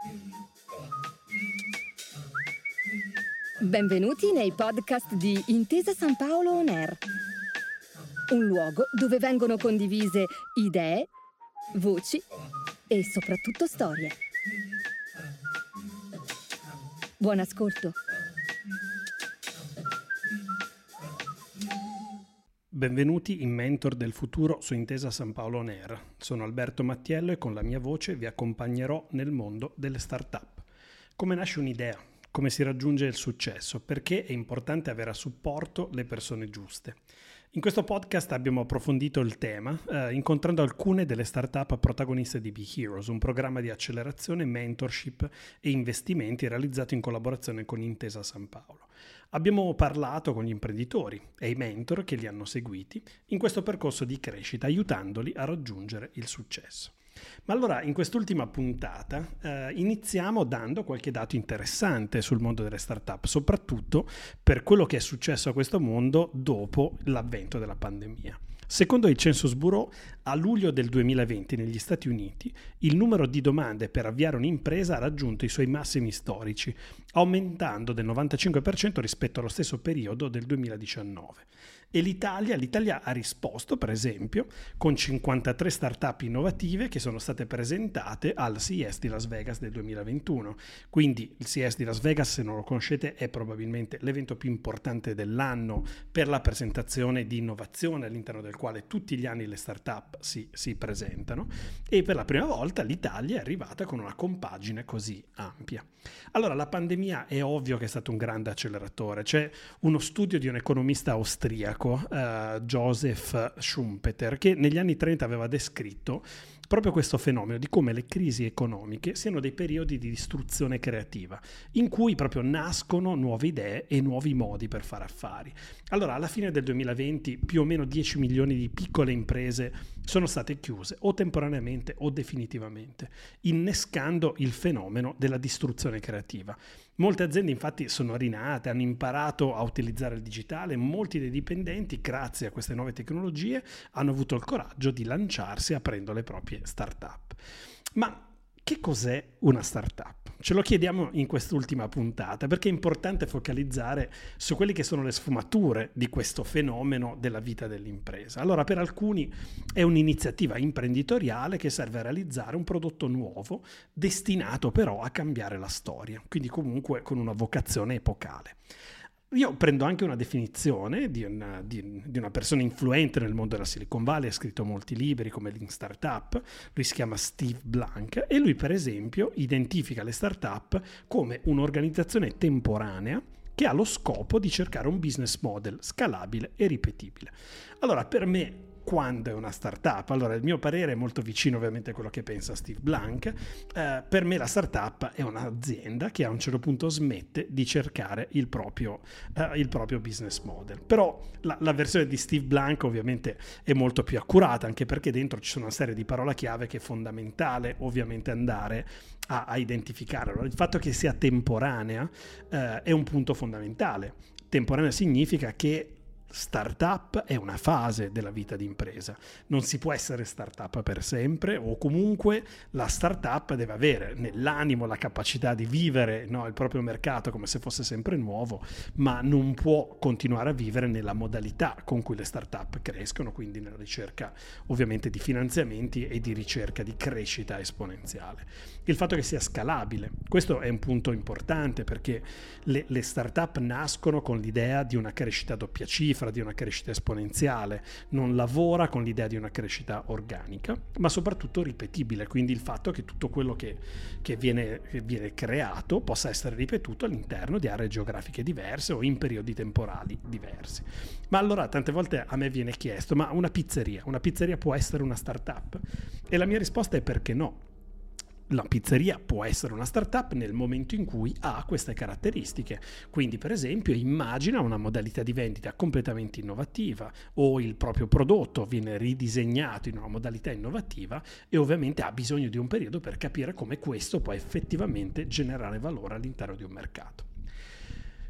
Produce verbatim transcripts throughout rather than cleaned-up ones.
Benvenuti nei podcast di Intesa San Paolo On Air, un luogo dove vengono condivise idee, voci e soprattutto storie. Buon ascolto. Benvenuti in Mentor del Futuro su Intesa San Paolo On Air. Sono Alberto Mattiello e con la mia voce vi accompagnerò nel mondo delle start-up. Come nasce un'idea? Come si raggiunge il successo? Perché è importante avere a supporto le persone giuste? In questo podcast abbiamo approfondito il tema eh, incontrando alcune delle start-up protagoniste di Be Heroes, un programma di accelerazione, mentorship e investimenti realizzato in collaborazione con Intesa San Paolo. Abbiamo parlato con gli imprenditori e i mentor che li hanno seguiti in questo percorso di crescita, aiutandoli a raggiungere il successo. Ma allora in quest'ultima puntata eh, iniziamo dando qualche dato interessante sul mondo delle startup, soprattutto per quello che è successo a questo mondo dopo l'avvento della pandemia. Secondo il Census Bureau, a luglio del duemilaventi negli Stati Uniti il numero di domande per avviare un'impresa ha raggiunto i suoi massimi storici, aumentando del novantacinque per cento rispetto allo stesso periodo del duemiladiciannove. E l'Italia, l'Italia ha risposto, per esempio, con cinquantatré start-up innovative che sono state presentate al C E S di Las Vegas del duemilaventuno. Quindi il C E S di Las Vegas, se non lo conoscete, è probabilmente l'evento più importante dell'anno per la presentazione di innovazione, all'interno del quale tutti gli anni le start-up si, si presentano. E per la prima volta l'Italia è arrivata con una compagine così ampia. Allora, la pandemia è ovvio che è stato un grande acceleratore. C'è uno studio di un economista austriaco, Uh, Joseph Schumpeter, che negli anni trenta aveva descritto proprio questo fenomeno di come le crisi economiche siano dei periodi di distruzione creativa, in cui proprio nascono nuove idee e nuovi modi per fare affari. Allora, alla fine del duemilaventi più o meno dieci milioni di piccole imprese sono state chiuse, o temporaneamente o definitivamente, innescando il fenomeno della distruzione creativa. Molte aziende infatti sono rinate, hanno imparato a utilizzare il digitale, molti dei dipendenti, grazie a queste nuove tecnologie, hanno avuto il coraggio di lanciarsi aprendo le proprie start-up. Ma che cos'è una start-up? Ce lo chiediamo in quest'ultima puntata perché è importante focalizzare su quelle che sono le sfumature di questo fenomeno della vita dell'impresa. Allora, per alcuni è un'iniziativa imprenditoriale che serve a realizzare un prodotto nuovo, destinato però a cambiare la storia, quindi comunque con una vocazione epocale. Io prendo anche una definizione di una, di, di una persona influente nel mondo della Silicon Valley, ha scritto molti libri come Lean Startup, lui si chiama Steve Blank e lui per esempio identifica le startup come un'organizzazione temporanea che ha lo scopo di cercare un business model scalabile e ripetibile. Allora, per me, quando è una startup? Allora, il mio parere è molto vicino ovviamente a quello che pensa Steve Blank. Eh, per me la startup è un'azienda che a un certo punto smette di cercare il proprio, eh, il proprio business model. Però la, la versione di Steve Blank ovviamente è molto più accurata, anche perché dentro ci sono una serie di parole chiave che è fondamentale ovviamente andare a, a identificare. Allora, il fatto che sia temporanea eh, è un punto fondamentale. Temporanea significa che startup è una fase della vita di impresa, non si può essere startup per sempre, o comunque la startup deve avere nell'animo la capacità di vivere, no, il proprio mercato come se fosse sempre nuovo, ma non può continuare a vivere nella modalità con cui le startup crescono, quindi nella ricerca ovviamente di finanziamenti e di ricerca di crescita esponenziale. Il fatto che sia scalabile, questo è un punto importante perché le, le startup nascono con l'idea di una crescita a doppia cifra, di una crescita esponenziale, non lavora con l'idea di una crescita organica, ma soprattutto ripetibile, quindi il fatto che tutto quello che, che, viene, che viene creato possa essere ripetuto all'interno di aree geografiche diverse o in periodi temporali diversi. Ma allora tante volte a me viene chiesto, ma una pizzeria, una pizzeria può essere una startup? E la mia risposta è perché no. La pizzeria può essere una startup nel momento in cui ha queste caratteristiche, quindi per esempio immagina una modalità di vendita completamente innovativa o il proprio prodotto viene ridisegnato in una modalità innovativa e ovviamente ha bisogno di un periodo per capire come questo può effettivamente generare valore all'interno di un mercato.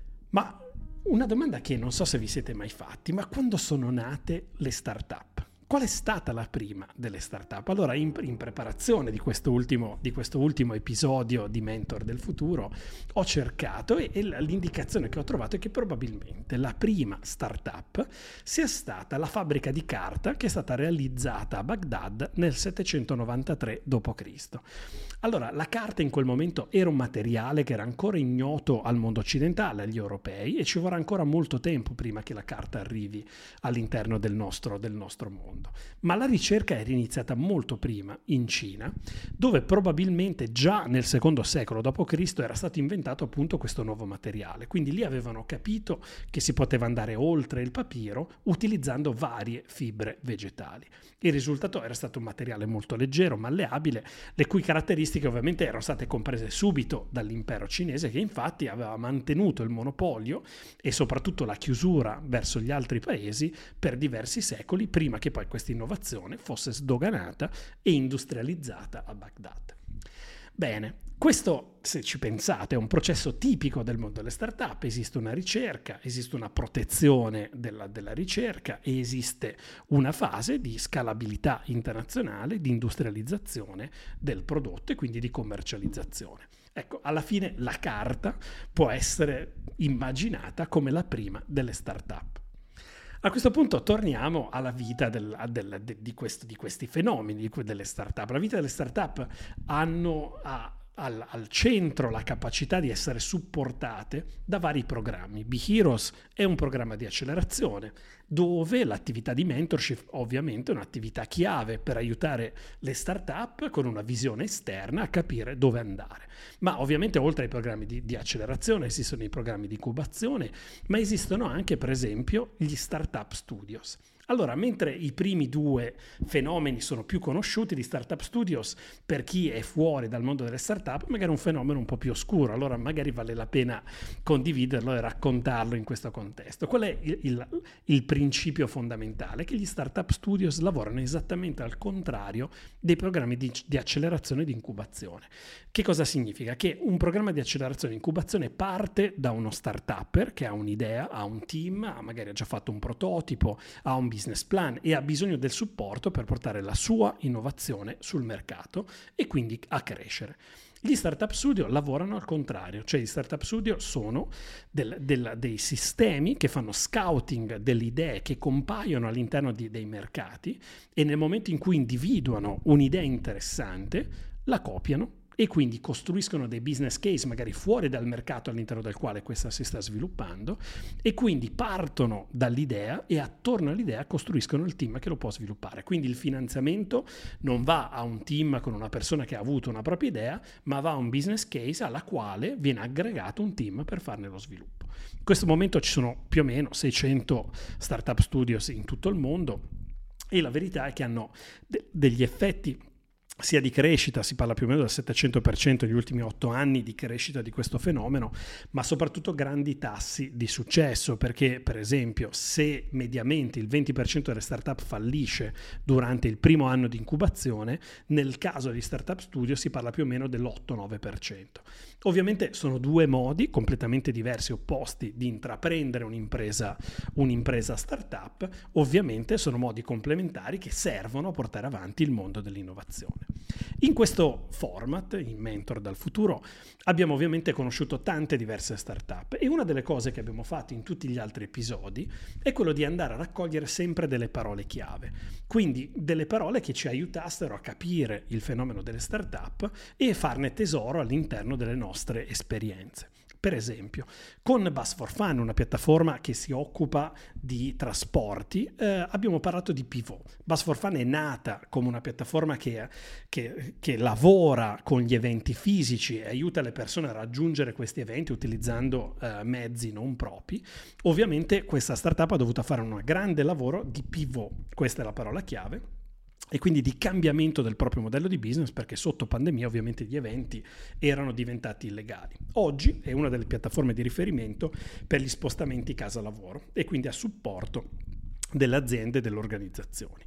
Ma una domanda che non so se vi siete mai fatti, ma quando sono nate le startup? Qual è stata la prima delle startup? Allora, in, in preparazione di questo, ultimo, di questo ultimo episodio di Mentor del Futuro, ho cercato e, e l'indicazione che ho trovato è che probabilmente la prima startup sia stata la fabbrica di carta che è stata realizzata a Baghdad nel settecentonovantatré dopo Cristo. Allora, la carta in quel momento era un materiale che era ancora ignoto al mondo occidentale, agli europei, e ci vorrà ancora molto tempo prima che la carta arrivi all'interno del nostro, del nostro mondo. Ma la ricerca era iniziata molto prima in Cina, dove probabilmente già nel secondo secolo dopo Cristo era stato inventato appunto questo nuovo materiale. Quindi lì avevano capito che si poteva andare oltre il papiro utilizzando varie fibre vegetali. Il risultato era stato un materiale molto leggero, malleabile, le cui caratteristiche ovviamente erano state comprese subito dall'impero cinese, che infatti aveva mantenuto il monopolio e soprattutto la chiusura verso gli altri paesi per diversi secoli, prima che poi questa innovazione fosse sdoganata e industrializzata a Baghdad. Bene, questo, se ci pensate, è un processo tipico del mondo delle start-up. Esiste una ricerca, esiste una protezione della, della ricerca e esiste una fase di scalabilità internazionale, di industrializzazione del prodotto e quindi di commercializzazione. Ecco, alla fine la carta può essere immaginata come la prima delle start-up. A questo punto torniamo alla vita del, del, de, di, questo, di questi fenomeni, di, delle start-up. La vita delle start-up hanno a, al, al centro la capacità di essere supportate da vari programmi. Be Heroes è un programma di accelerazione dove l'attività di mentorship ovviamente è un'attività chiave per aiutare le start-up con una visione esterna a capire dove andare. Ma ovviamente oltre ai programmi di, di accelerazione esistono i programmi di incubazione, ma esistono anche per esempio gli Startup Studios. Allora, mentre i primi due fenomeni sono più conosciuti, gli Startup Studios, per chi è fuori dal mondo delle startup, magari è un fenomeno un po' più oscuro, allora magari vale la pena condividerlo e raccontarlo in questo contesto. Qual è il, il, il principio fondamentale? Che gli Startup Studios lavorano esattamente al contrario dei programmi di, di accelerazione e di incubazione. Che cosa significa? Che un programma di accelerazione e incubazione parte da uno startupper che ha un'idea, ha un team, ha magari ha già fatto un prototipo, ha un business plan e ha bisogno del supporto per portare la sua innovazione sul mercato e quindi a crescere. Gli Startup Studio lavorano al contrario, cioè gli Startup Studio sono del, del, dei sistemi che fanno scouting delle idee che compaiono all'interno di, dei mercati e nel momento in cui individuano un'idea interessante la copiano e quindi costruiscono dei business case magari fuori dal mercato all'interno del quale questa si sta sviluppando e quindi partono dall'idea e attorno all'idea costruiscono il team che lo può sviluppare. Quindi il finanziamento non va a un team con una persona che ha avuto una propria idea, ma va a un business case alla quale viene aggregato un team per farne lo sviluppo. In questo momento ci sono più o meno seicento startup studios in tutto il mondo e la verità è che hanno de- degli effetti sia di crescita, si parla più o meno del settecento per cento negli ultimi otto anni di crescita di questo fenomeno, ma soprattutto grandi tassi di successo, perché per esempio se mediamente il venti per cento delle startup fallisce durante il primo anno di incubazione, nel caso di Startup Studio si parla più o meno dell'otto nove per cento. Ovviamente sono due modi completamente diversi, opposti di intraprendere un'impresa, un'impresa startup, ovviamente sono modi complementari che servono a portare avanti il mondo dell'innovazione. In questo format, in Mentor dal Futuro, abbiamo ovviamente conosciuto tante diverse startup e una delle cose che abbiamo fatto in tutti gli altri episodi è quello di andare a raccogliere sempre delle parole chiave, quindi delle parole che ci aiutassero a capire il fenomeno delle startup e farne tesoro all'interno delle nostre esperienze. Per esempio, con Bus for Fun, una piattaforma che si occupa di trasporti, eh, abbiamo parlato di pivot. Bus for Fun è nata come una piattaforma che, che, che lavora con gli eventi fisici e aiuta le persone a raggiungere questi eventi utilizzando eh, mezzi non propri. Ovviamente questa startup ha dovuto fare un grande lavoro di pivot, questa è la parola chiave, e quindi di cambiamento del proprio modello di business, perché sotto pandemia ovviamente gli eventi erano diventati illegali. Oggi è una delle piattaforme di riferimento per gli spostamenti casa-lavoro e quindi a supporto delle aziende e delle organizzazioni.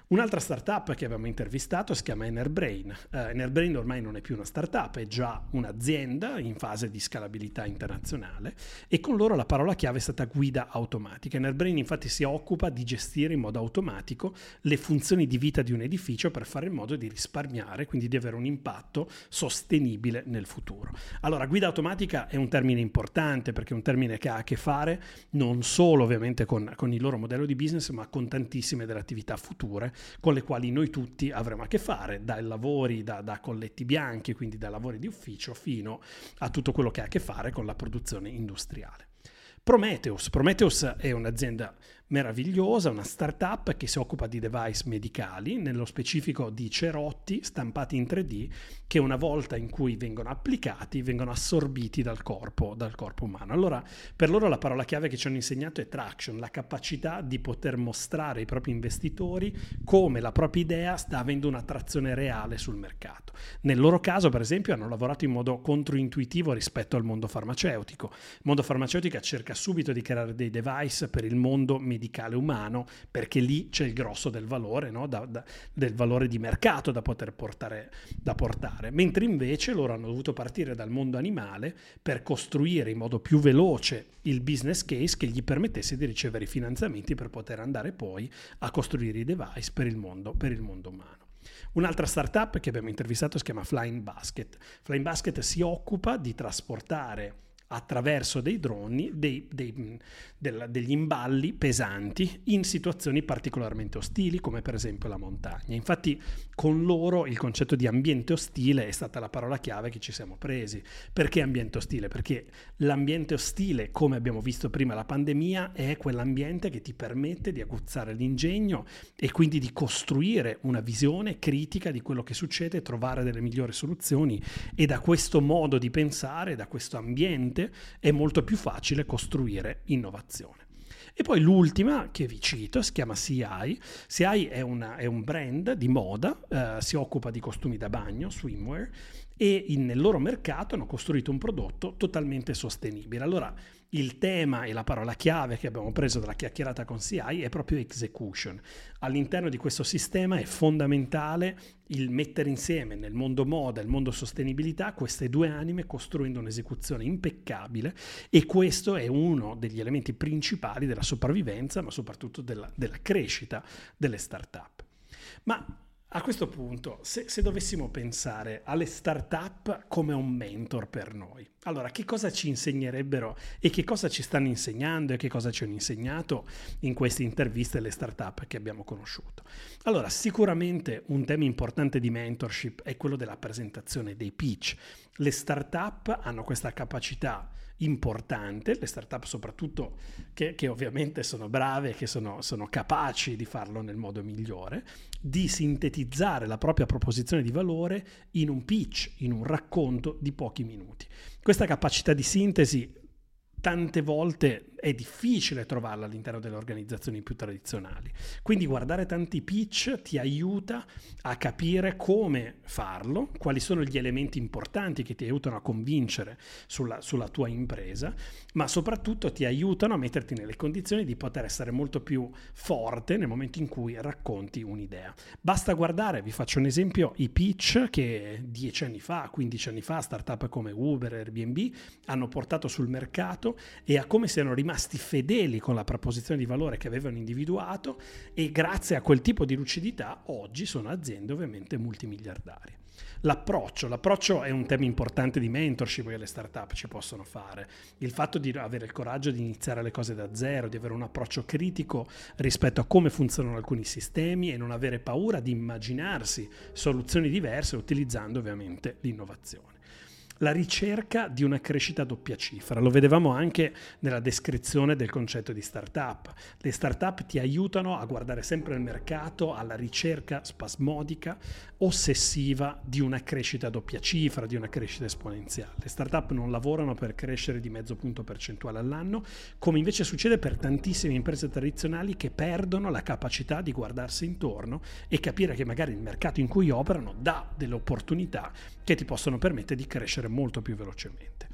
Un'altra startup che abbiamo intervistato si chiama Enerbrain. Uh, Enerbrain ormai non è più una startup, è già un'azienda in fase di scalabilità internazionale e con loro la parola chiave è stata guida automatica. Enerbrain infatti si occupa di gestire in modo automatico le funzioni di vita di un edificio per fare in modo di risparmiare, quindi di avere un impatto sostenibile nel futuro. Allora, guida automatica è un termine importante perché è un termine che ha a che fare non solo ovviamente con, con il loro modello di business, ma con tantissime delle attività future con le quali noi tutti avremo a che fare, dai lavori da, da colletti bianchi, quindi dai lavori di ufficio, fino a tutto quello che ha a che fare con la produzione industriale. Prometheus. Prometheus è un'azienda meravigliosa, una startup che si occupa di device medicali, nello specifico di cerotti stampati in tre D che una volta in cui vengono applicati vengono assorbiti dal corpo, dal corpo umano. Allora, per loro la parola chiave che ci hanno insegnato è traction, la capacità di poter mostrare ai propri investitori come la propria idea sta avendo un'attrazione reale sul mercato. Nel loro caso, per esempio, hanno lavorato in modo controintuitivo rispetto al mondo farmaceutico. Il mondo farmaceutico cerca subito di creare dei device per il mondo medicale medicale umano, perché lì c'è il grosso del valore, no? da, da, del valore di mercato da poter portare, da portare, mentre invece loro hanno dovuto partire dal mondo animale per costruire in modo più veloce il business case che gli permettesse di ricevere i finanziamenti per poter andare poi a costruire i device per il mondo, per il mondo umano. Un'altra startup che abbiamo intervistato si chiama Flying Basket. Flying Basket si occupa di trasportare attraverso dei droni dei, dei, del, degli imballi pesanti in situazioni particolarmente ostili, come per esempio la montagna. Infatti con loro il concetto di ambiente ostile è stata la parola chiave che ci siamo presi. Perché ambiente ostile? Perché l'ambiente ostile, come abbiamo visto prima la pandemia, è quell'ambiente che ti permette di aguzzare l'ingegno e quindi di costruire una visione critica di quello che succede, trovare delle migliori soluzioni, e da questo modo di pensare, da questo ambiente è molto più facile costruire innovazione. E poi l'ultima che vi cito si chiama C I. C I è, una, è un brand di moda, eh, si occupa di costumi da bagno, swimwear, e in, nel loro mercato hanno costruito un prodotto totalmente sostenibile. Allora, il tema e la parola chiave che abbiamo preso dalla chiacchierata con C I è proprio execution. All'interno di questo sistema è fondamentale il mettere insieme nel mondo moda e il mondo sostenibilità queste due anime, costruendo un'esecuzione impeccabile, e questo è uno degli elementi principali della sopravvivenza, ma soprattutto della, della crescita delle start-up. Ma a questo punto, se, se dovessimo pensare alle start-up come un mentor per noi, allora che cosa ci insegnerebbero e che cosa ci stanno insegnando e che cosa ci hanno insegnato in queste interviste le start-up che abbiamo conosciuto? Allora, sicuramente un tema importante di mentorship è quello della presentazione dei pitch. Le start-up hanno questa capacità importante, le startup soprattutto che, che ovviamente sono brave, che sono, sono capaci di farlo nel modo migliore, di sintetizzare la propria proposizione di valore in un pitch, in un racconto di pochi minuti. Questa capacità di sintesi tante volte è difficile trovarla all'interno delle organizzazioni più tradizionali. Quindi guardare tanti pitch ti aiuta a capire come farlo, quali sono gli elementi importanti che ti aiutano a convincere sulla, sulla tua impresa, ma soprattutto ti aiutano a metterti nelle condizioni di poter essere molto più forte nel momento in cui racconti un'idea. Basta guardare, vi faccio un esempio, i pitch che dieci anni fa, quindici anni fa, startup come Uber e Airbnb hanno portato sul mercato, e a come siano rimasti fedeli con la proposizione di valore che avevano individuato, e grazie a quel tipo di lucidità oggi sono aziende ovviamente multimiliardarie. L'approccio, l'approccio è un tema importante di mentorship che le startup ci possono fare. Il fatto di avere il coraggio di iniziare le cose da zero, di avere un approccio critico rispetto a come funzionano alcuni sistemi e non avere paura di immaginarsi soluzioni diverse utilizzando ovviamente l'innovazione. La ricerca di una crescita a doppia cifra, lo vedevamo anche nella descrizione del concetto di startup. Le startup ti aiutano a guardare sempre il mercato alla ricerca spasmodica, ossessiva di una crescita a doppia cifra, di una crescita esponenziale. Le startup non lavorano per crescere di mezzo punto percentuale all'anno, come invece succede per tantissime imprese tradizionali che perdono la capacità di guardarsi intorno e capire che magari il mercato in cui operano dà delle opportunità che ti possono permettere di crescere molto più velocemente.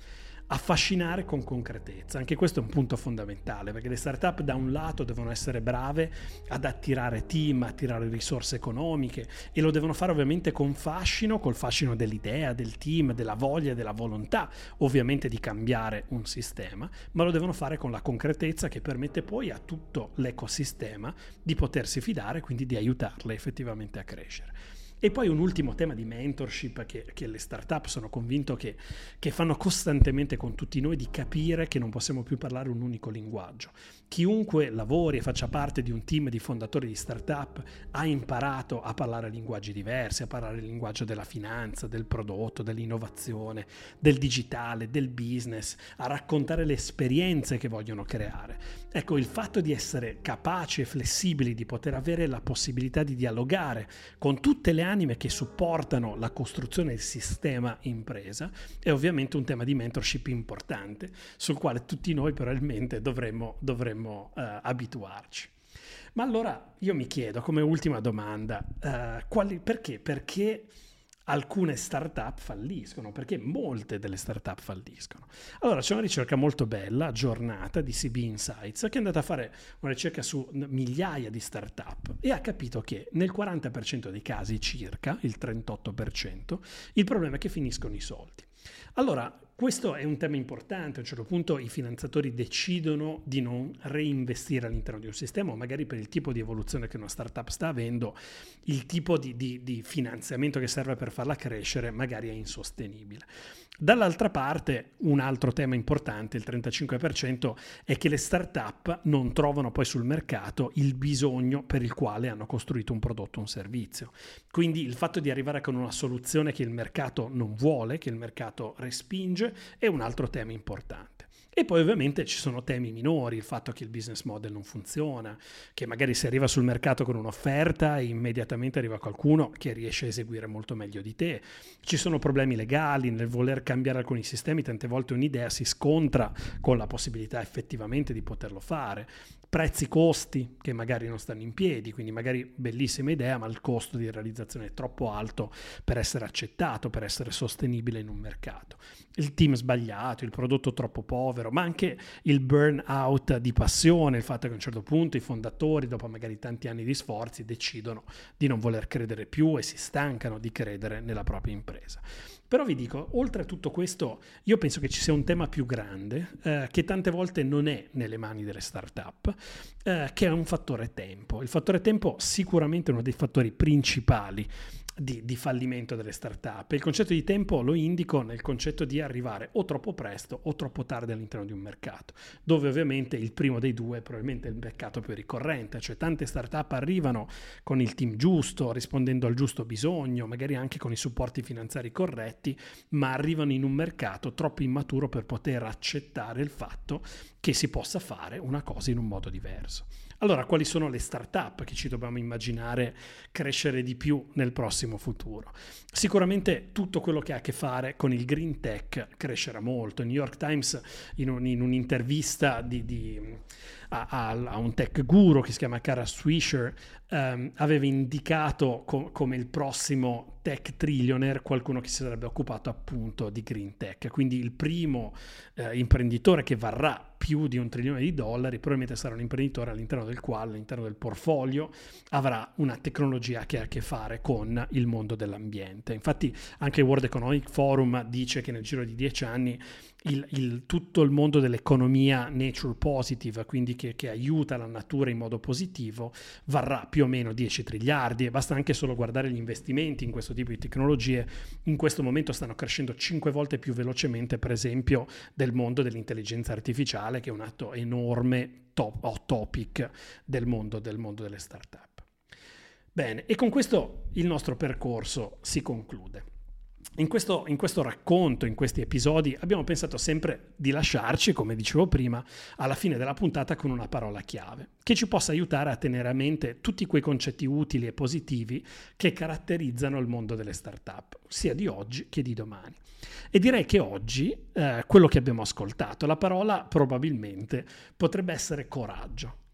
affascinare con concretezza. Anche questo è un punto fondamentale, perché le startup da un lato devono essere brave ad attirare team, attirare risorse economiche, e lo devono fare ovviamente con fascino, col fascino dell'idea, del team, della voglia, della volontà ovviamente di cambiare un sistema, ma lo devono fare con la concretezza che permette poi a tutto l'ecosistema di potersi fidare, quindi di aiutarle effettivamente a crescere. E poi un ultimo tema di mentorship che, che le startup sono convinto che, che fanno costantemente con tutti noi, di capire che non possiamo più parlare un unico linguaggio. Chiunque lavori e faccia parte di un team di fondatori di startup ha imparato a parlare linguaggi diversi, a parlare il linguaggio della finanza, del prodotto, dell'innovazione, del digitale, del business, a raccontare le esperienze che vogliono creare. Ecco, il fatto di essere capaci e flessibili, di poter avere la possibilità di dialogare con tutte le anime che supportano la costruzione del sistema impresa è ovviamente un tema di mentorship importante, sul quale tutti noi probabilmente dovremmo, dovremmo uh, abituarci. Ma allora io mi chiedo, come ultima domanda, uh, quali, perché? Perché alcune startup falliscono, perché molte delle startup falliscono. Allora c'è una ricerca molto bella, aggiornata, di C B Insights, che è andata a fare una ricerca su migliaia di startup e ha capito che nel quaranta per cento dei casi, circa il trentotto per cento, il problema è che finiscono i soldi. Allora, questo è un tema importante. A un certo punto i finanziatori decidono di non reinvestire all'interno di un sistema, o magari per il tipo di evoluzione che una startup sta avendo, il tipo di, di, di finanziamento che serve per farla crescere magari è insostenibile. Dall'altra parte, un altro tema importante, il trentacinque per cento, è che le startup non trovano poi sul mercato il bisogno per il quale hanno costruito un prodotto o un servizio. Quindi il fatto di arrivare con una soluzione che il mercato non vuole, che il mercato respinge, è un altro tema importante. E poi ovviamente ci sono temi minori, il fatto che il business model non funziona, che magari si arriva sul mercato con un'offerta e immediatamente arriva qualcuno che riesce a eseguire molto meglio di te. Ci sono problemi legali nel voler cambiare alcuni sistemi, tante volte un'idea si scontra con la possibilità effettivamente di poterlo fare. Prezzi, costi che magari non stanno in piedi, quindi magari bellissima idea, ma il costo di realizzazione è troppo alto per essere accettato, per essere sostenibile in un mercato. Il team sbagliato, il prodotto troppo povero, ma anche il burnout di passione, il fatto che a un certo punto i fondatori, dopo magari tanti anni di sforzi, decidono di non voler credere più e si stancano di credere nella propria impresa. Però vi dico, oltre a tutto questo, io penso che ci sia un tema più grande, eh, che tante volte non è nelle mani delle startup, eh, che è un fattore tempo. Il fattore tempo sicuramente è uno dei fattori principali Di, di fallimento delle startup. Il concetto di tempo lo indico nel concetto di arrivare o troppo presto o troppo tardi all'interno di un mercato, dove ovviamente il primo dei due è probabilmente il mercato più ricorrente, cioè tante startup arrivano con il team giusto, rispondendo al giusto bisogno, magari anche con i supporti finanziari corretti, ma arrivano in un mercato troppo immaturo per poter accettare il fatto che si possa fare una cosa in un modo diverso. Allora, quali sono le startup che ci dobbiamo immaginare crescere di più nel prossimo futuro? Sicuramente tutto quello che ha a che fare con il green tech crescerà molto. Il New York Times, in, un, in un'intervista di, di, a, a, a un tech guru che si chiama Kara Swisher, um, aveva indicato co- come il prossimo tech trillionaire qualcuno che si sarebbe occupato appunto di green tech. Quindi il primo eh, imprenditore che varrà più di un trilione di dollari probabilmente sarà un imprenditore all'interno del quale, all'interno del portfolio, avrà una tecnologia che ha a che fare con il mondo dell'ambiente. Infatti anche il World Economic Forum dice che nel giro di dieci anni il, il, tutto il mondo dell'economia nature positive, quindi che, che aiuta la natura in modo positivo, varrà più o meno dieci triliardi, e basta anche solo guardare gli investimenti in questo tipo di tecnologie. In questo momento stanno crescendo cinque volte più velocemente, per esempio, del mondo dell'intelligenza artificiale, che è un atto enorme top, topic del mondo, del mondo delle startup. Bene, e con questo il nostro percorso si conclude. In questo, in questo racconto, in questi episodi, abbiamo pensato sempre di lasciarci, come dicevo prima, alla fine della puntata con una parola chiave, che ci possa aiutare a tenere a mente tutti quei concetti utili e positivi che caratterizzano il mondo delle startup, sia di oggi che di domani. E direi che oggi eh, quello che abbiamo ascoltato, la parola probabilmente potrebbe essere coraggio.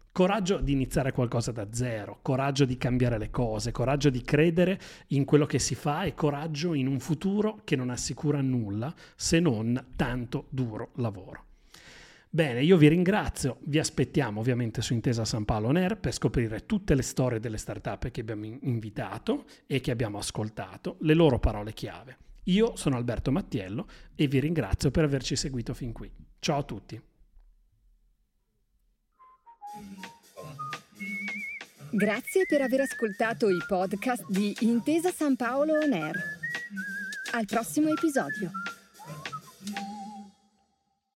Coraggio di iniziare qualcosa da zero, coraggio di cambiare le cose, coraggio di credere in quello che si fa e coraggio in un futuro che non assicura nulla se non tanto duro lavoro. Bene, io vi ringrazio, vi aspettiamo ovviamente su Intesa San Paolo On Air per scoprire tutte le storie delle startup che abbiamo invitato e che abbiamo ascoltato, le loro parole chiave. Io sono Alberto Mattiello e vi ringrazio per averci seguito fin qui. Ciao a tutti. Grazie per aver ascoltato i podcast di Intesa San Paolo On Air. Al prossimo episodio.